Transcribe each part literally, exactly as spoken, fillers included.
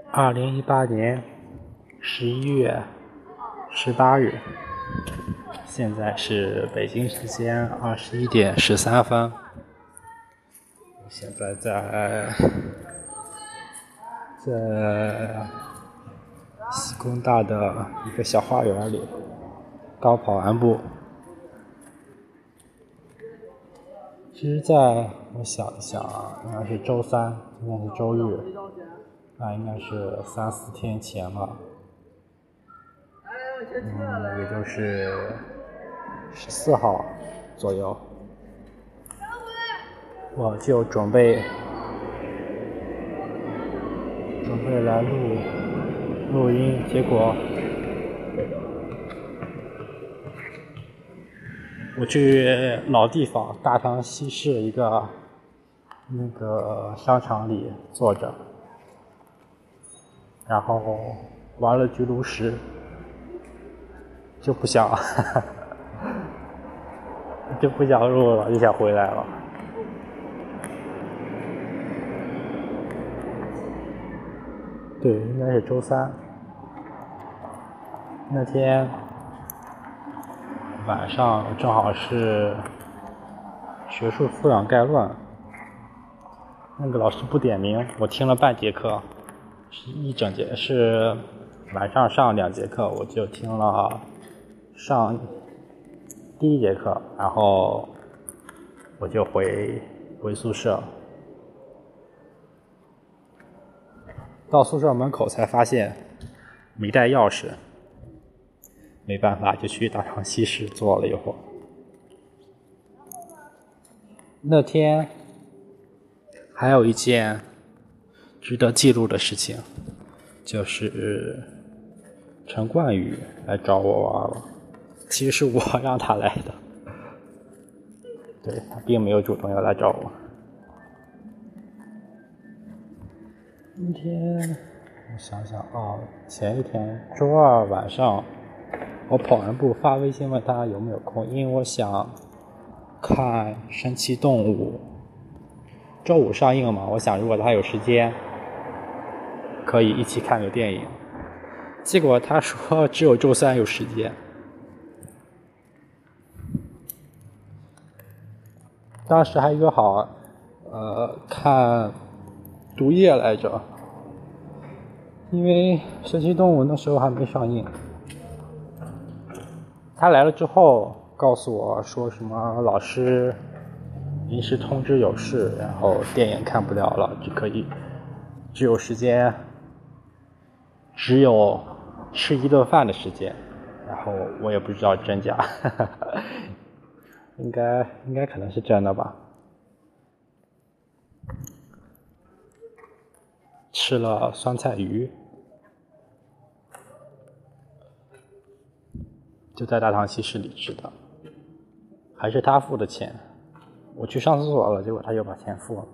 二零一八年十一月十八日，现在是北京时间二十一点十三分。现在在在西工大的一个小花园里，刚跑完步。其实在我想一想啊，应该是周三，今天是周日，那应该是三四天前吧。嗯，也就是十四号左右，我就准备准备来录录音，结果我去老地方大唐西市一个那个商场里坐着，然后玩了局炉石，就不想就不想录了，就想回来了。对，应该是周三。那天晚上正好是学术素养概论，那个老师不点名，我听了半节课，是一整节，是晚上上两节课，我就听了上第一节课，然后我就回回宿舍。到宿舍门口才发现没带钥匙，没办法就去大堂西市坐了一会儿。那天还有一件值得记录的事情，就是陈冠宇来找我玩了，其实是我让他来的，对，他并没有主动要来找我。那天我想想啊，前一天周二晚上，我跑完步发微信问他有没有空，因为我想看神奇动物，周五上映嘛，我想如果他有时间可以一起看个电影，结果他说只有周三有时间。当时还约好呃看毒液来着，因为神奇动物那时候还没上映。他来了之后告诉我说什么老师临时通知有事，然后电影看不了了，只可以只有时间只有吃一顿饭的时间，然后我也不知道真假应该应该可能是真的吧。吃了酸菜鱼，就在大堂西市里吃的，还是他付的钱。我去上厕所了，结果他又把钱付了。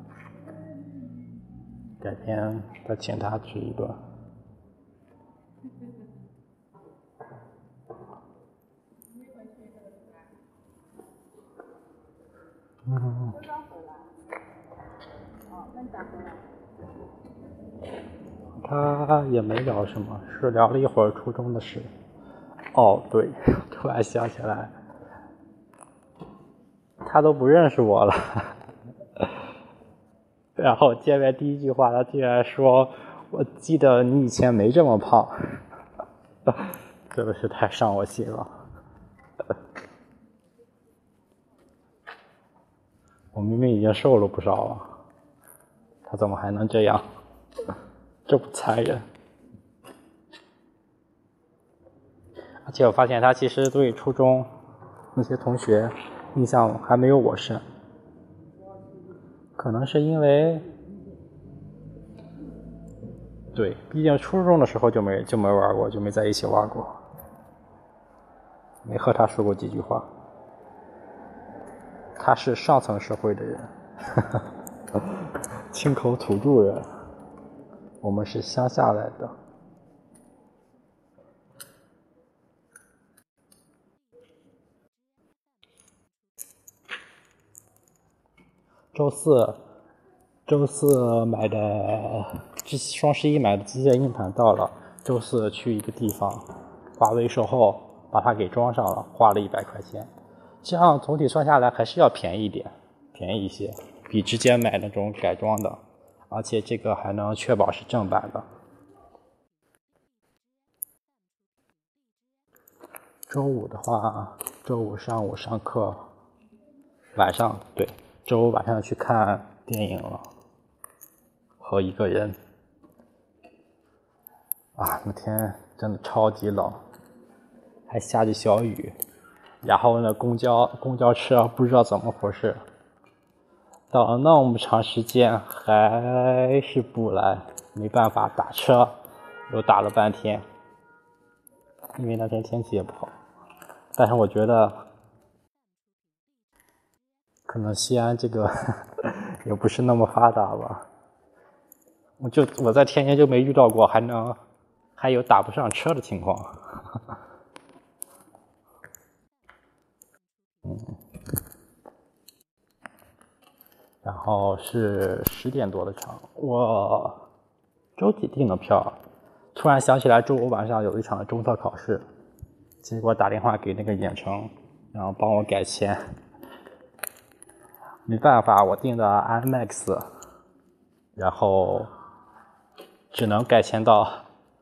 改天再请他吃一顿。嗯。他也没聊什么，是聊了一会儿初中的事。哦，对，突然想起来，他都不认识我了。然后见面第一句话，他竟然说：“我记得你以前没这么胖。”真的是太伤我心了。我明明已经瘦了不少了，他怎么还能这样？这不残忍。而且我发现他其实对初中那些同学印象还没有我深，可能是因为对，毕竟初中的时候就没就没玩过，就没在一起玩过，没和他说过几句话。他是上层社会的人，青口土著人，我们是乡下来的。周四周四买的，这双十一买的机械硬盘到了，周四去一个地方，华为售后把它给装上了，花了一百块钱，这样总体算下来还是要便宜一点，便宜一些，比直接买那种改装的，而且这个还能确保是正版的。周五的话，周五上午上课，晚上对，周五晚上去看电影了，和一个人。啊，那天真的超级冷，还下着小雨，然后那公交公交车不知道怎么回事，等了那么长时间还是不来，没办法打车，又打了半天，因为那天天气也不好。但是我觉得，可能西安这个也不是那么发达吧。我就我在天津就没遇到过还能还有打不上车的情况。嗯，然后是十点多的场，我周几订的票，突然想起来周五晚上有一场中特考试。结果打电话给那个远程，然后帮我改签，没办法，我订的 I M A X， 然后只能改签到，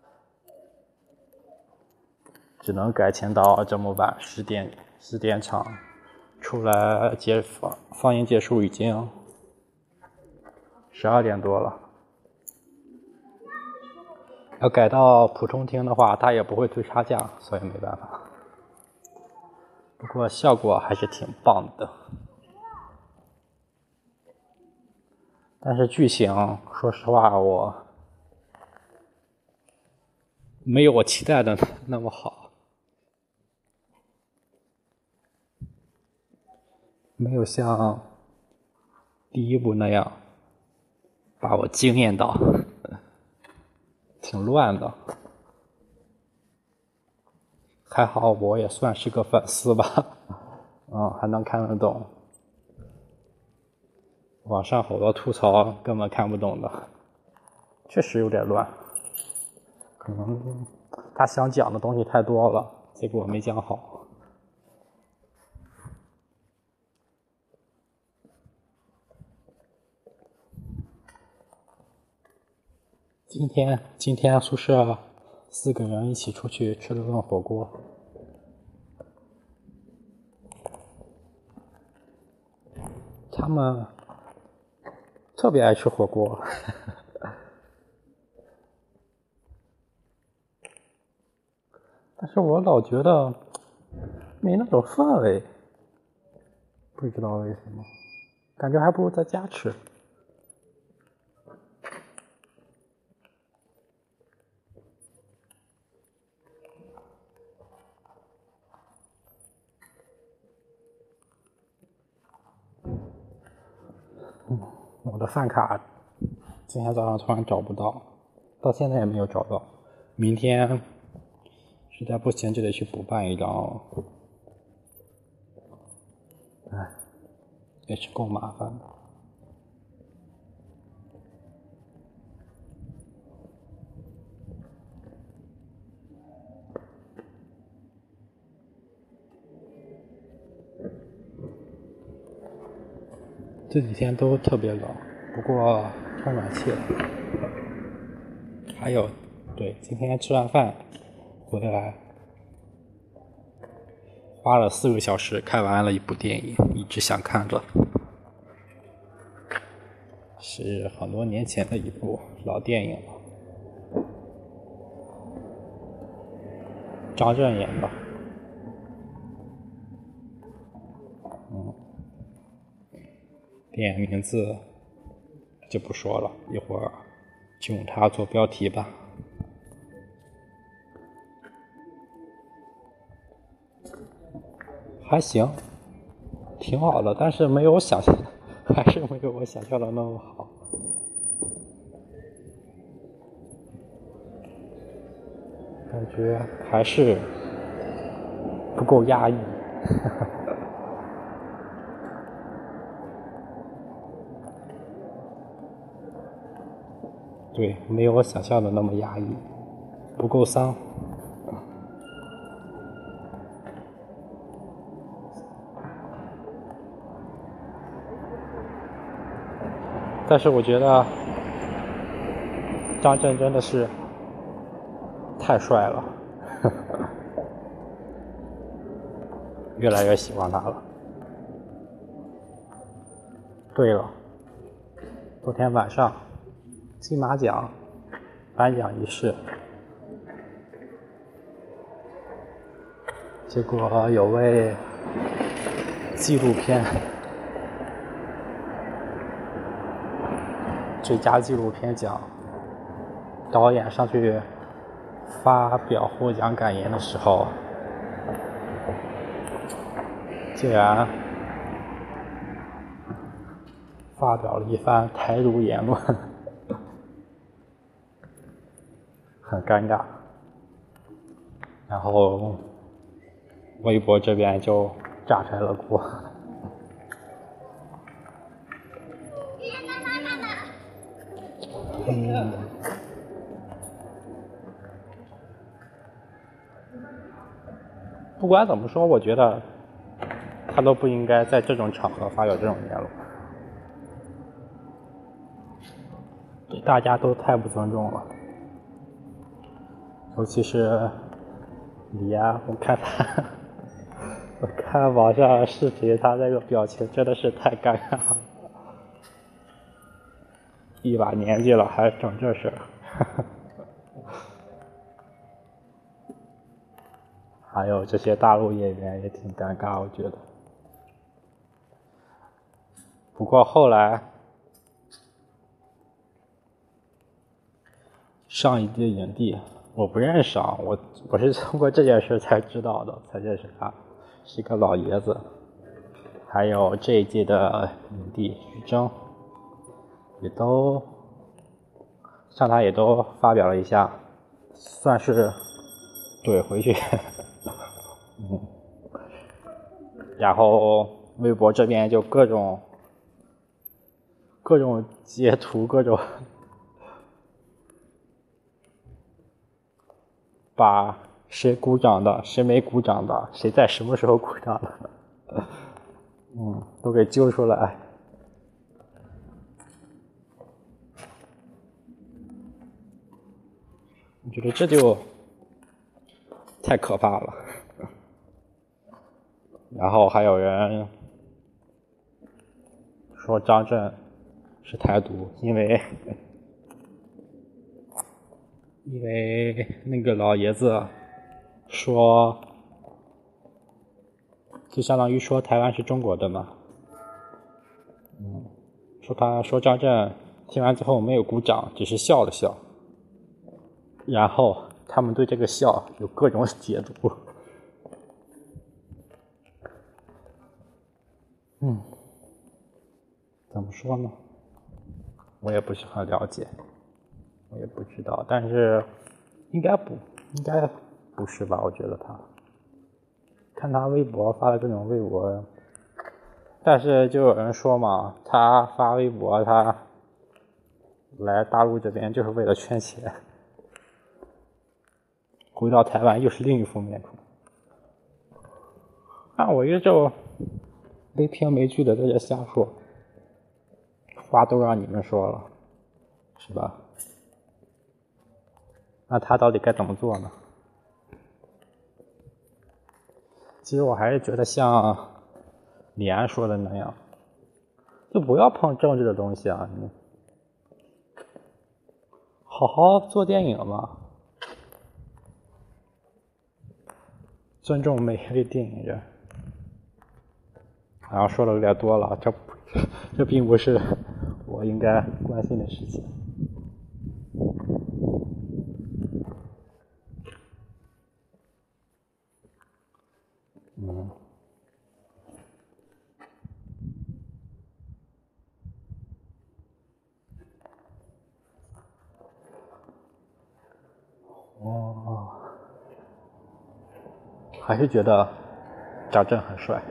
只能改签到这么晚，十点十点场，出来结放放映结束已经十二点多了。要改到普通厅的话，他也不会退差价，所以没办法。不过效果还是挺棒的。但是剧情，说实话，我没有我期待的那么好，没有像第一部那样把我惊艳到。挺乱的，还好我也算是个粉丝吧，嗯，还能看得懂。网上好多吐槽根本看不懂的，确实有点乱，可能他想讲的东西太多了，结果没讲好。今天今天宿舍四个人一起出去吃了顿火锅，他们特别爱吃火锅，但是我老觉得没那种氛围，不知道为什么，感觉还不如在家吃。嗯，我的饭卡今天早上突然找不到，到现在也没有找到。明天实在不行就得去补办一张，哎，也是够麻烦的。这几天都特别冷，不过开暖气了。还有，对，今天吃完饭回来，花了四个小时看完了一部电影，一直想看着，是很多年前的一部老电影了，张震演的。嗯，电影名字就不说了，一会儿就用它做标题吧。还行，挺好的，但是没有我想象的，还是没有我想象的那么好。感觉还是不够压抑。 对，没有我想象的那么压抑，不够丧。但是我觉得张震真的是太帅了，越来越喜欢他了。对了，昨天晚上金马奖颁奖仪式，结果有位纪录片最佳纪录片奖导演上去发表获奖感言的时候，竟然发表了一番台独言论，很尴尬。然后微博这边就炸开了锅。嗯，不管怎么说，我觉得他都不应该在这种场合发表这种言论，对大家都太不尊重了。尤其是李安，我看他，我看网上视频，他那个表情真的是太尴尬了。一把年纪了还整这事儿，还有这些大陆演员也挺尴尬，我觉得。不过后来上一届影帝我不认识啊，我我是通过这件事才知道的，才认识他，是一个老爷子。还有这一届的影帝徐峥，也都向他也都发表了一下，算是怼回去。嗯，然后微博这边就各种各种截图，各种把谁鼓掌的，谁没鼓掌的，谁在什么时候鼓掌的，嗯，都给揪出来。我觉得这就太可怕了。然后还有人说张震是台独，因为因为那个老爷子说，就相当于说台湾是中国的嘛。嗯，说他说张震听完之后没有鼓掌，只是笑了笑。然后他们对这个笑有各种解读。嗯，怎么说呢？我也不是很了解，我也不知道，但是应该不，应该不是吧？我觉得他，看他微博发的各种微博，但是就有人说嘛，他发微博，他来大陆这边就是为了圈钱，回到台湾又是另一副面孔。啊，我这种没凭没据的在这瞎说，话都让你们说了，是吧？那他到底该怎么做呢？其实我还是觉得像李安说的那样，就不要碰政治的东西啊，你好好做电影嘛，尊重每一位电影人。然后说的有点多了，这这并不是我应该关心的事情。嗯，我还是觉得张震很帅。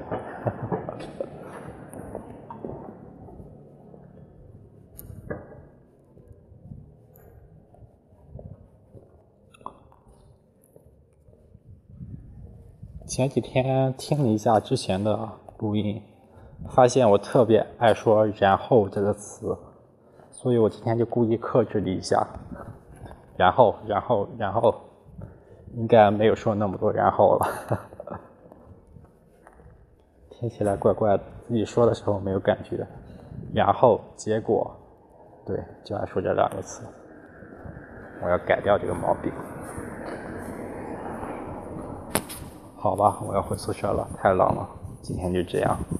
前几天听了一下之前的录音，发现我特别爱说“然后”这个词，所以我今天就故意克制了一下。然后，然后，然后，应该没有说那么多然后了。听起来怪怪的，自己说的时候没有感觉。然后，结果，对，就爱说这两个词。我要改掉这个毛病。好吧，我要回宿舍了，太冷了。今天就这样。